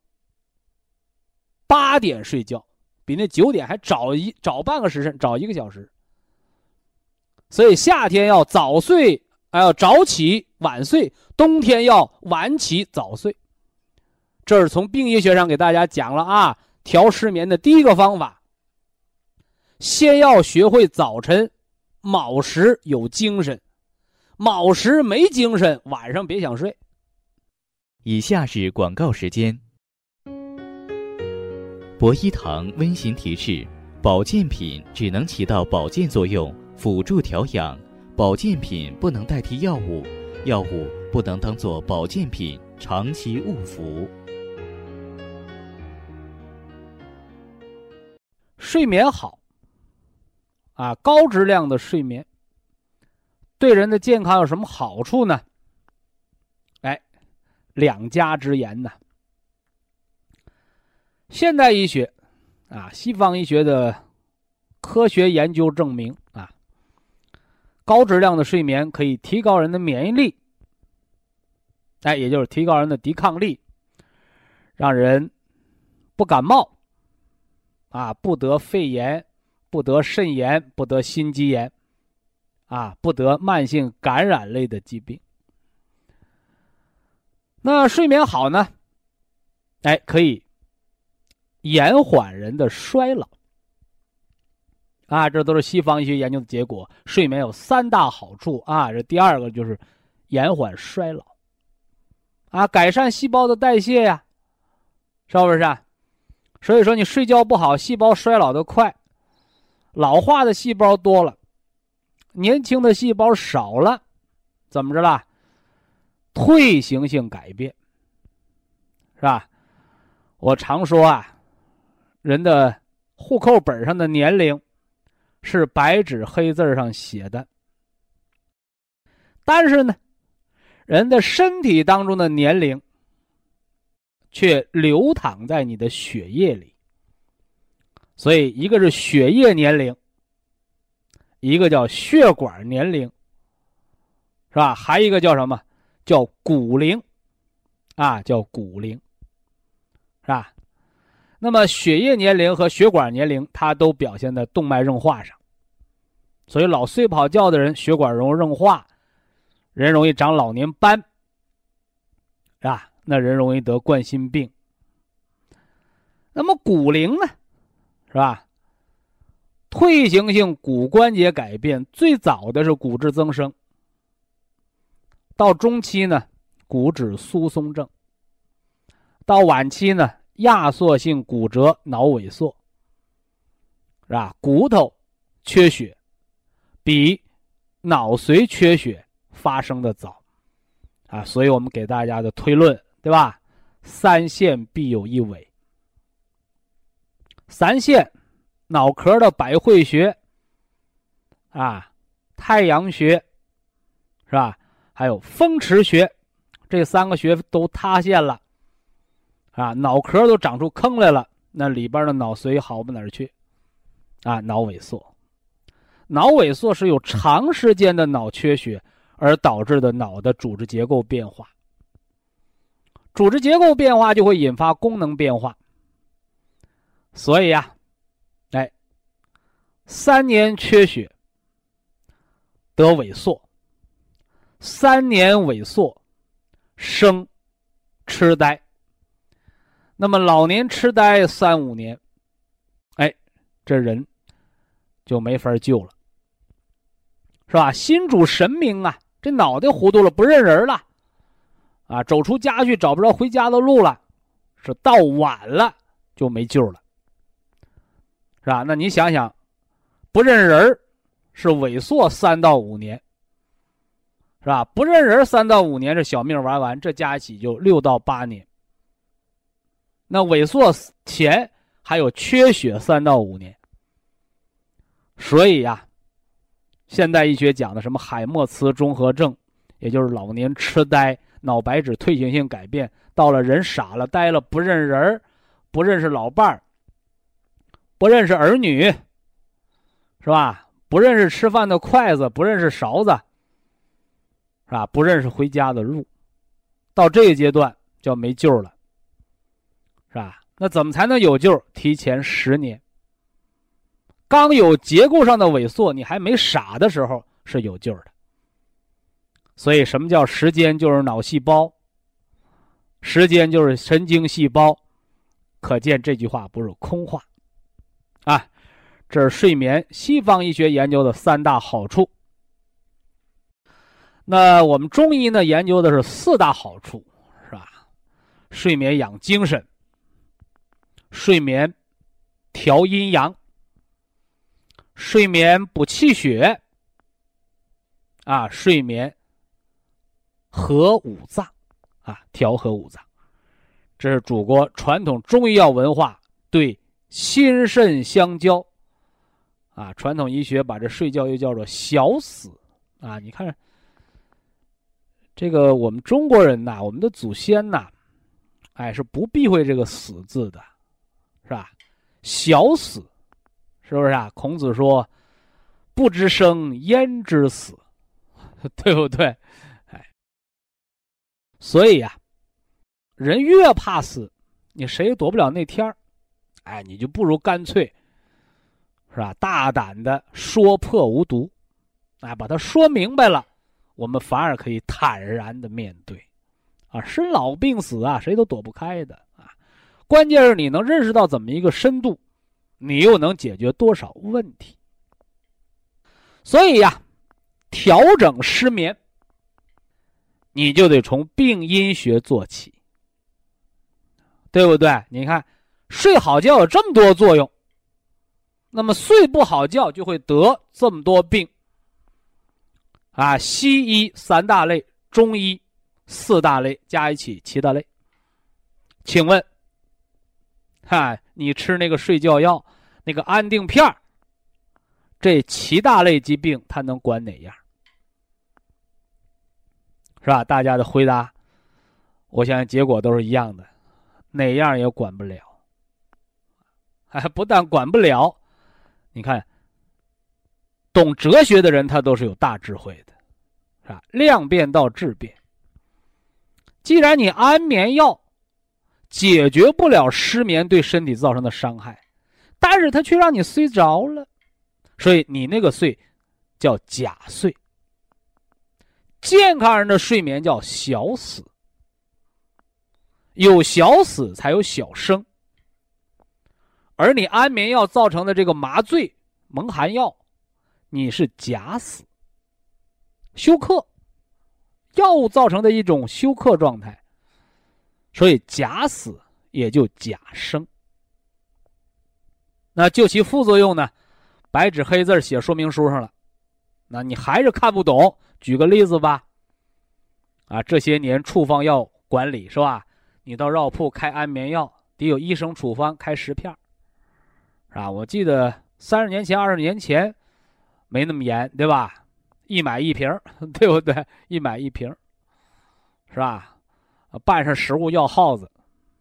八点睡觉，比那九点还早一早半个时辰，早一个小时。所以夏天要早睡，还要早起晚睡；冬天要晚起早睡。这是从病医学上给大家讲了啊，调失眠的第一个方法，先要学会早晨卯时有精神，卯时没精神，晚上别想睡。 以下是广告时间。博一堂温馨提示：保健品只能起到保健作用，辅助调养，保健品不能代替药物，药物不能当作保健品长期误服。 睡眠好啊，高质量的睡眠对人的健康有什么好处呢？哎，两家之言呢。现代医学啊，西方医学的科学研究证明啊，高质量的睡眠可以提高人的免疫力，哎，也就是提高人的抵抗力，让人不感冒啊，不得肺炎，不得肾炎，不得心肌炎，啊，不得慢性感染类的疾病。那睡眠好呢，哎，可以延缓人的衰老。啊，这都是西方医学研究的结果。睡眠有三大好处啊，这第二个就是延缓衰老，啊，改善细胞的代谢呀，是不是啊？所以说你睡觉不好，细胞衰老的快，老化的细胞多了，年轻的细胞少了，怎么着啦？退行性改变，是吧？我常说啊，人的户口本上的年龄是白纸黑字上写的，但是呢，人的身体当中的年龄却流淌在你的血液里。所以一个是血液年龄，一个叫血管年龄，是吧？还一个叫什么？叫骨龄，啊，叫骨龄，是吧？那么血液年龄和血管年龄，它都表现在动脉硬化上。所以老睡跑觉的人，血管容易硬化，人容易长老年斑，是吧？那人容易得冠心病。那么骨龄呢，是吧？退行性骨关节改变最早的是骨质增生，到中期呢，骨质疏松症，到晚期呢，压缩性骨折、脑萎缩，是吧？骨头缺血比脑髓缺血发生的早，啊，所以我们给大家的推论，对吧？三线必有一尾。三线，脑壳的百会穴，啊，太阳穴，是吧？还有风池穴，这三个穴都塌陷了，啊，脑壳都长出坑来了，那里边的脑髓好不哪儿去？啊，脑萎缩。脑萎缩是有长时间的脑缺血而导致的脑的组织结构变化，组织结构变化就会引发功能变化。所以呀、啊，哎，三年缺血得萎缩，三年萎缩生痴呆，那么老年痴呆三五年，哎，这人就没法救了，是吧？心主神明啊，这脑袋糊涂了，不认人了，啊，走出家去找不着回家的路了，是到晚了就没救了，是吧？那你想想，不认人是萎缩三到五年，是吧？不认人三到五年，这小命玩完，这加一起就六到八年。那萎缩前还有缺血三到五年。所以呀、啊，现代医学讲的什么海默茨综合症，也就是老年痴呆、脑白质退行性改变，到了人傻了、呆了，不认人，不认识老伴儿，不认识儿女，是吧？不认识吃饭的筷子，不认识勺子，是吧？不认识回家的路，到这个阶段叫没救了，是吧？那怎么才能有救？提前十年。刚有结构上的萎缩，你还没傻的时候是有救的。所以什么叫时间就是脑细胞，时间就是神经细胞，可见这句话不是空话啊。这是睡眠西方医学研究的三大好处。那我们中医呢，研究的是四大好处，是吧？睡眠养精神，睡眠调阴阳，睡眠补气血，啊，睡眠和五脏，啊，调和五脏。这是祖国传统中医药文化对心肾相交，啊，传统医学把这睡觉又叫做小死，啊，你看这个我们中国人呐，我们的祖先呐，哎，是不避讳这个死字的，是吧？小死。是不是啊？孔子说：“不知生，焉知死？”对不对？哎，所以呀、啊，人越怕死，你谁也躲不了那天儿。 哎，你就不如干脆，是吧？大胆的说破无毒，哎，把它说明白了，我们反而可以坦然的面对，啊，生老病死啊，谁都躲不开的啊。关键是你能认识到怎么一个深度，你又能解决多少问题。所以呀，调整失眠，你就得从病因学做起，对不对？你看，睡好觉有这么多作用，那么睡不好觉就会得这么多病啊。西医三大类，中医四大类，加一起七大类。请问，哈，你吃那个睡觉药，那个安定片，这七大类疾病它能管哪样？是吧？大家的回答，我相信结果都是一样的，哪样也管不了。还不但管不了，你看，懂哲学的人他都是有大智慧的，是吧？量变到质变。既然你安眠药解决不了失眠对身体造成的伤害，但是它却让你睡着了，所以你那个睡叫假睡。健康人的睡眠叫小死，有小死才有小生，而你安眠药造成的这个麻醉蒙汗药，你是假死，休克，药物造成的一种休克状态，所以假死也就假生。那就其副作用呢，白纸黑字写说明书上了，那你还是看不懂。举个例子吧，啊，这些年处方药管理是吧？你到药铺开安眠药，得有医生处方开十片，是吧？我记得三十年前、二十年前没那么严，对吧？一买一瓶，对不对？一买一瓶，是吧？拌上食物药耗子，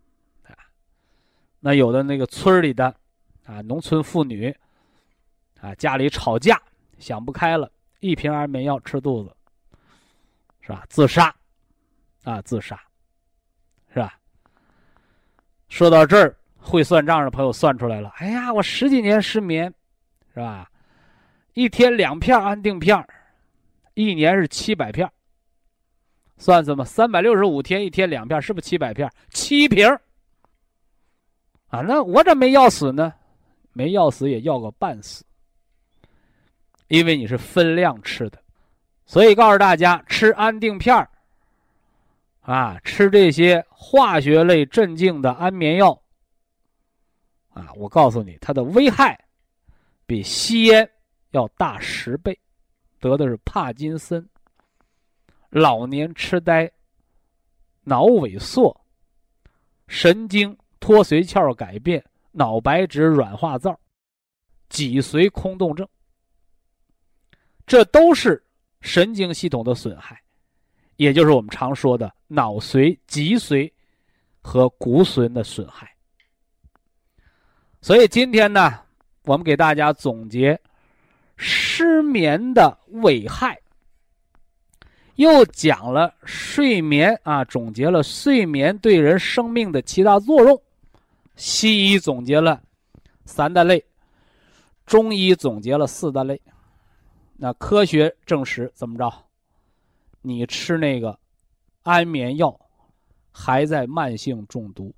那有的那个村里的啊，农村妇女啊，家里吵架想不开了，一瓶安眠药吃肚子，是吧？自杀，啊，自杀，是吧？说到这儿，会算账的朋友算出来了，哎呀，我十几年失眠，是吧？一天两片安定片，一年是七百片，算什么？三百六十五天，一天两片，是不是七百片？七瓶啊！那我这没要死呢，没要死也要个半死。因为你是分量吃的，所以告诉大家，吃安定片啊，吃这些化学类镇静的安眠药啊，我告诉你，它的危害比吸烟要大十倍，得的是帕金森、老年痴呆、脑萎缩、神经脱髓鞘改变、脑白质软化灶、脊髓空洞症。这都是神经系统的损害，也就是我们常说的脑髓、脊髓和骨髓的损害。所以今天呢，我们给大家总结失眠的危害，又讲了睡眠啊，总结了睡眠对人生命的七大作用。西医总结了三大类，中医总结了四大类。那科学证实怎么着？你吃那个安眠药，还在慢性中毒。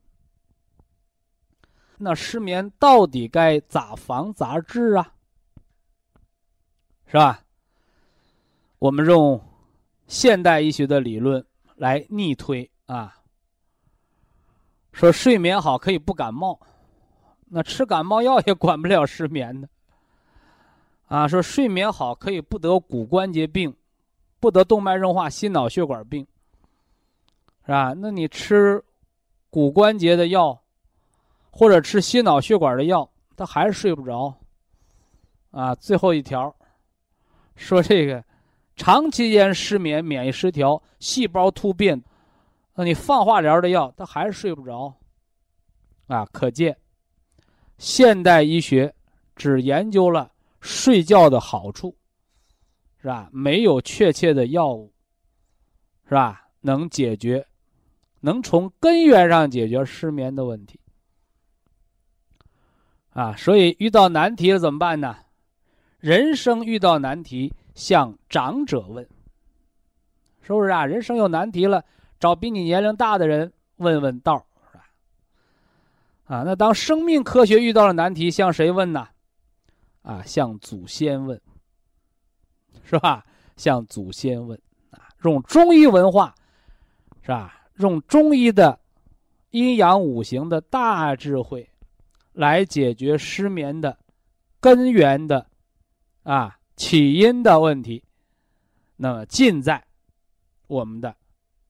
那失眠到底该咋防咋治啊？是吧？我们用现代医学的理论来逆推啊，说睡眠好可以不感冒，那吃感冒药也管不了失眠的。啊，说睡眠好可以不得骨关节病，不得动脉硬化、心脑血管病，是吧？那你吃骨关节的药，或者吃心脑血管的药，他还是睡不着。啊，最后一条，说这个长期间失眠、免疫失调、细胞突变，那你放化疗的药，他还是睡不着。啊，可见现代医学只研究了睡觉的好处，是吧？没有确切的药物，是吧？能解决，能从根源上解决失眠的问题。 啊，所以遇到难题了怎么办呢？人生遇到难题，向长者问，是不是啊？人生有难题了，找比你年龄大的人问问道，是吧？啊，那当生命科学遇到了难题，向谁问呢？啊，向祖先问，是吧？向祖先问啊，用中医文化，是吧？用中医的阴阳五行的大智慧，来解决失眠的根源的啊起因的问题，那么尽在我们的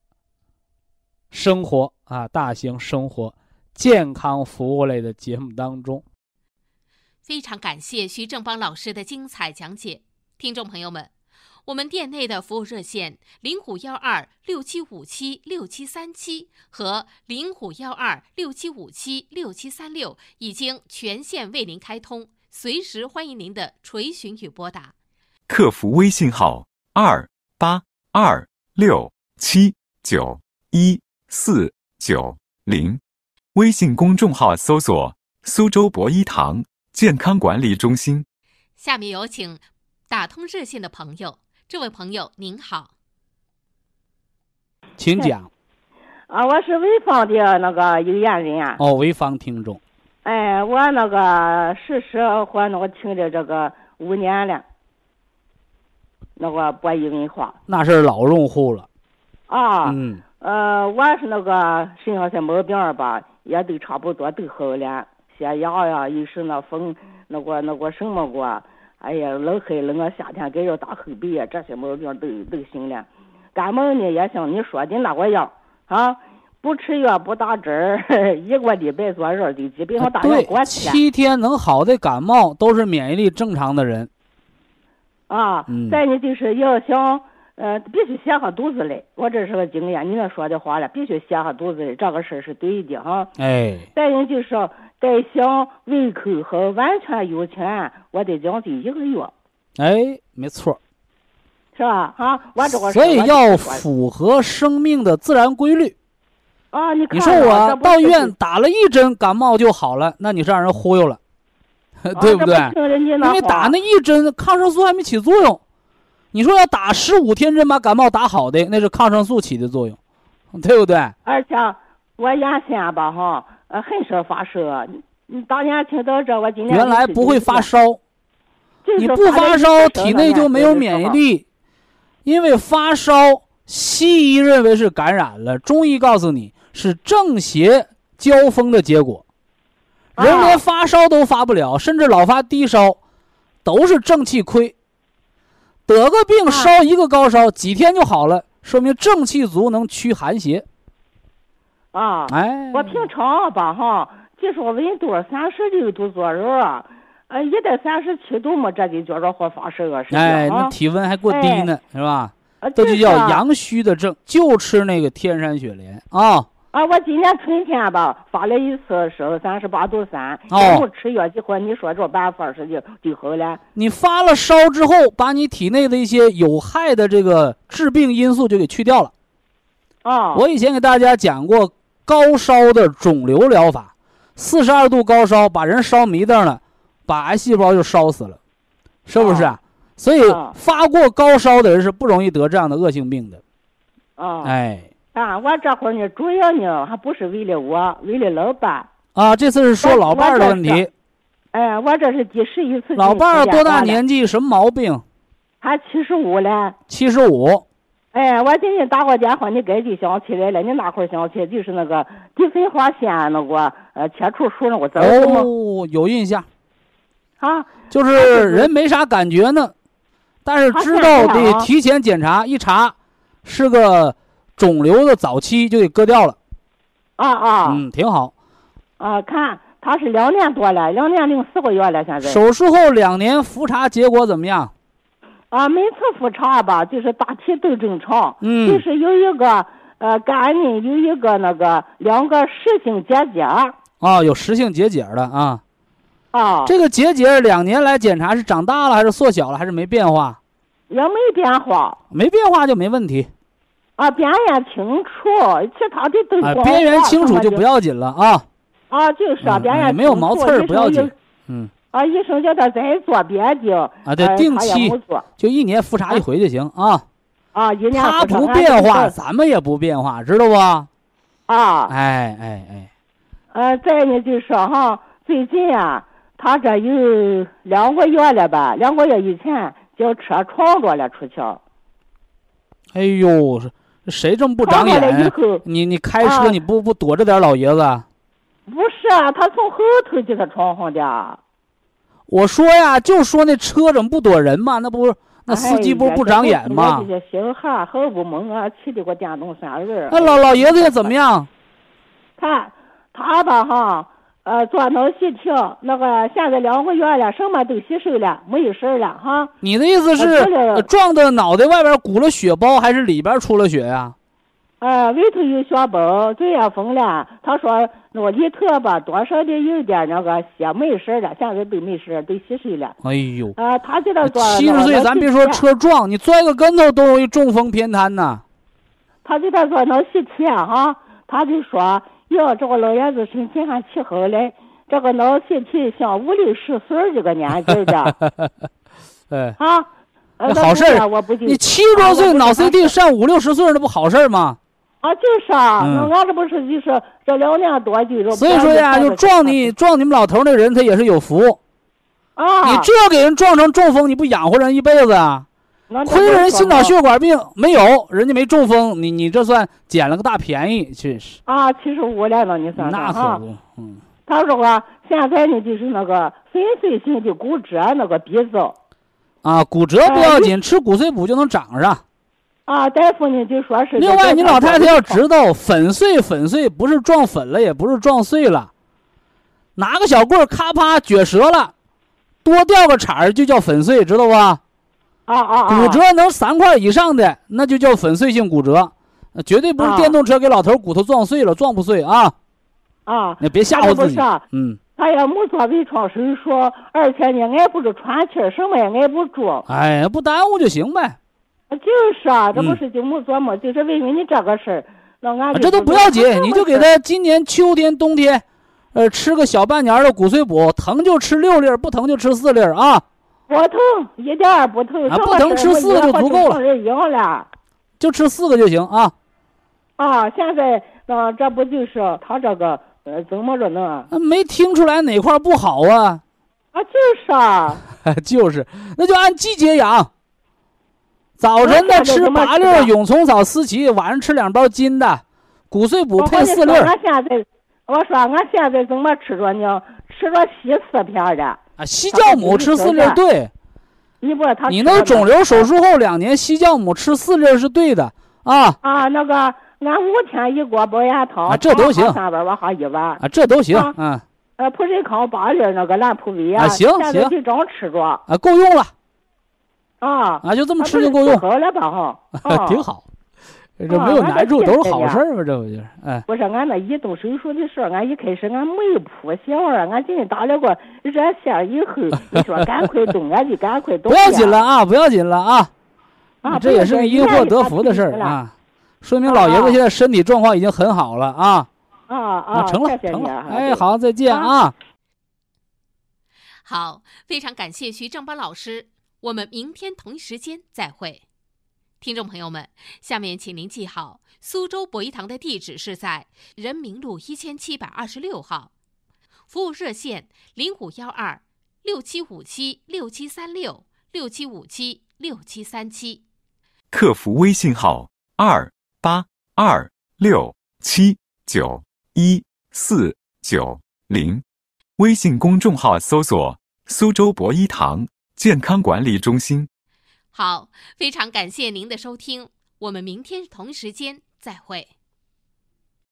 生活啊大型生活健康服务类的节目当中。 非常感谢徐正邦老师的精彩讲解。听众朋友们，我们店内的服务热线零五幺二六七五七六七三七和零五幺二六七五七六七三六已经全线为您开通，随时欢迎您的垂询与拨打。 客服微信号二八二六七九一四九零，微信公众号搜索苏州博医堂健康管理中心。 下面有请打通热线的朋友。这位朋友您好， 请讲。 啊，我是潍坊的那个有缘人啊。 哦，潍坊听众。 哎，我那个实施或那个听着这个五年了，那个博医文化。 那是老用户了。 啊， 嗯。 呃，我是那个身上些毛病吧，也都差不多都好了，血压呀，又是那风那个那个什么过。哎呀，冷黑冷啊，夏天给人打后背呀，这些毛病都都行了。感冒呢也像你说的那个样啊，不吃药不打针儿，一个礼拜左右就基本上打药过去了。 七天能好的感冒都是免疫力正常的人。 啊， 嗯、 再呢就是要想呃必须写下肚子来，我这是个经验，你那说的话了，必须写下肚子来，这个事儿是对的哈。 哎。 再呢就是。在想胃口和完全有钱，我得将近一个月。 哎，没错， 是吧？啊，我这个所以要符合生命的自然规律。 啊，你看你说我到医院打了一针感冒就好了，那你是让人忽悠了， 啊、 对不对？ 不因为打那一针抗生素还没起作用，你说要打十五天针把感冒打好的，那是抗生素起的作用，对不对？ 而且我原先吧哈。呃，很少发烧。你当年听到这，我今年原来不会发烧，你不发烧，体内就没有免疫力。因为发烧，西医认为是感染了，中医告诉你是正邪交锋的结果。人连发烧都发不了，甚至老发低烧，都是正气亏。得个病烧一个高烧，几天就好了，说明正气足，能驱寒邪。 啊， 哎， 我平常吧哈，就说温度三十六度左右啊，呃，一到三十七度嘛，这就觉着会发烧啊，是吧？ 哎，那体温还过低呢，哎、是吧？ 啊、 这就叫阳虚的症，就吃那个天山雪莲啊。 啊，我今年春天吧发了一次烧，三十八度三， 哦， 然后吃药结果你说这办法是就就好了。 你发了烧之后，把你体内的一些有害的这个致病因素就给去掉了。 啊， 我以前给大家讲过。高烧的肿瘤疗法，四十二度高烧把人烧迷瞪了，把癌细胞就烧死了，是不是啊？所以发过高烧的人是不容易得这样的恶性病的。 啊， 哎， 啊，我这会儿呢，主要呢还不是为了我，为了老伴。 啊，这次是说老伴儿的问题。 哎，我这是第十一次。 老伴儿多大年纪？什么毛病？ 他七十五了。 七十五。 哎，我今天打过电话，你该就想起来了。你那会儿想起就是那个地粉花线那个呃切除术那个字吗？ 哦，有印象。 啊， 就是人没啥感觉呢，但是知道得提前检查，一查是个肿瘤的早期，就给割掉了。 啊啊， 嗯，挺好。 啊，看他是两年多了，两年零四个月了，现在。 手术后两年复查结果怎么样？ 啊，每次复查吧，就是大体都正常， 嗯， 就是有一个呃肝呢，有一个那个两个实性结节。 啊，有实性结节的啊。 啊， 这个结节两年来检查是长大了还是缩小了还是没变化？ 也没变化。 没变化就没问题。 啊，边缘清楚，其他的都啊，边缘清楚就不要紧了啊。 啊，就是啊，边缘清楚， 没有毛刺儿不要紧。 嗯。 啊，医生叫他再做别的。 啊，对，定期就一年复查一回就行啊。 啊，一年他不变化，咱们也不变化，知道不？ 啊。 哎哎哎。 呃，再呢就说哈，最近啊，他这有两个月了吧，两个月以前叫车撞着了出去。 哎呦，谁这么不长眼？你你开车、啊、你不不躲着点老爷子？ 不是啊，他从后头给他撞上的。 我说呀，就说那车怎么不躲人嘛？那不那司机不是不长眼吗？ 这些小孩好不懵啊，骑的个电动三轮。 那老老爷子怎么样？ 他他吧哈，呃，做脑细条，那个现在两个月了，什么都吸收了，没有事了哈。 你的意思是撞的脑袋外边鼓了血包，还是里边出了血呀？ 呃，外头有血包，嘴也缝了。他说那个里头吧，多少的有点那个血没事了，现在都没事，都吸收了。 哎呦！ 啊、呃，他就在做。 七十岁，咱别说车撞，你摔个跟头都容易中风偏瘫呐。 他就在做脑细体哈，他就说哟，这个老爷子身体还起好嘞，这个脑细体像五六十岁这个年纪的。 哎。 啊。 那好事儿，你七十多岁脑 C T 上五六十岁，那不好事儿吗？ 啊，就是啊，那俺这不是就是这两年多就是。 所以说呀，就撞你撞你们老头那人，他也是有福。 啊。 你这给人撞成中风，你不养活人一辈子啊？亏人心脑血管病没有，人家没中风，你你这算捡了个大便宜，确实。 啊，七十五了呢，你算那可不，嗯。 他说啊，现在呢就是那个粉碎性的骨折那个鼻子。 啊，骨折不要紧，吃骨髓补就能长上。 啊，大夫呢就说是。 另外，你老太太要知道，粉碎粉碎不是撞粉了，也不是撞碎了，拿个小棍儿咔啪撅折了，多掉个铲儿就叫粉碎，知道吧？ 啊啊啊！ 骨折能三块以上的，那就叫粉碎性骨折，绝对不是电动车给老头骨头撞碎了，撞不碎啊！ 啊， 你别吓唬自己。嗯。 他也没做微创手术，而且呢，挨不住喘气儿，什么也挨不住。 哎，不耽误就行呗。 就是啊，这不是就没做嘛，嗯、就是因为你这个事儿，那俺、啊、 这都不要紧，你就给他今年秋天、冬天，呃，吃个小半年的骨髓补，疼就吃六粒，不疼就吃四粒啊。 不疼，一点儿不疼。 啊，不疼吃四个就足够了。 人赢了， 就吃四个就行啊。 啊，现在那、呃、这不就是他这个呃怎么着呢？ 没听出来哪块不好啊？ 啊，就是啊， 就是，那就按季节养。早晨呢吃八粒蛹虫草思琪，晚上吃两包金的骨髓补配四粒。 俺现在我说俺现在怎么吃着呢？吃着西四片的啊，西酵母吃四粒对。 你不他你那肿瘤手术后两年西酵母吃四粒是对的啊。 啊，那个俺五天一锅保炎汤， 啊，这都行。 三碗往下一碗啊，这都行。嗯。 呃，普瑞康八粒那个兰普维啊， 行行， 现在就这样吃着啊，够用了。 啊啊，就这么吃就够用， 好了吧哈，啊、 挺好，这没有难处，都是好事儿嘛，这不就是？哎， 不是俺那移动手术的事儿，俺一开始俺没谱小儿，俺今天打了个热线以后，你说赶快动，俺就赶快动。 不要紧了啊，不要紧了啊，啊，这也是个因祸得福的事儿啊，说明老爷子现在身体状况已经很好了啊。 啊啊， 成了成了，哎，好，再见啊。 好，非常感谢徐正邦老师。我们明天同一时间再会，听众朋友们，下面请您记好，苏州博医堂的地址是在人民路一千七百二十六号，服务热线零五幺二六七五七六七三六六七五七六七三七， 客服微信号二八二六七九一四九零，微信公众号搜索苏州博医堂健康管理中心。 好，非常感谢您的收听，我们明天同一时间再会。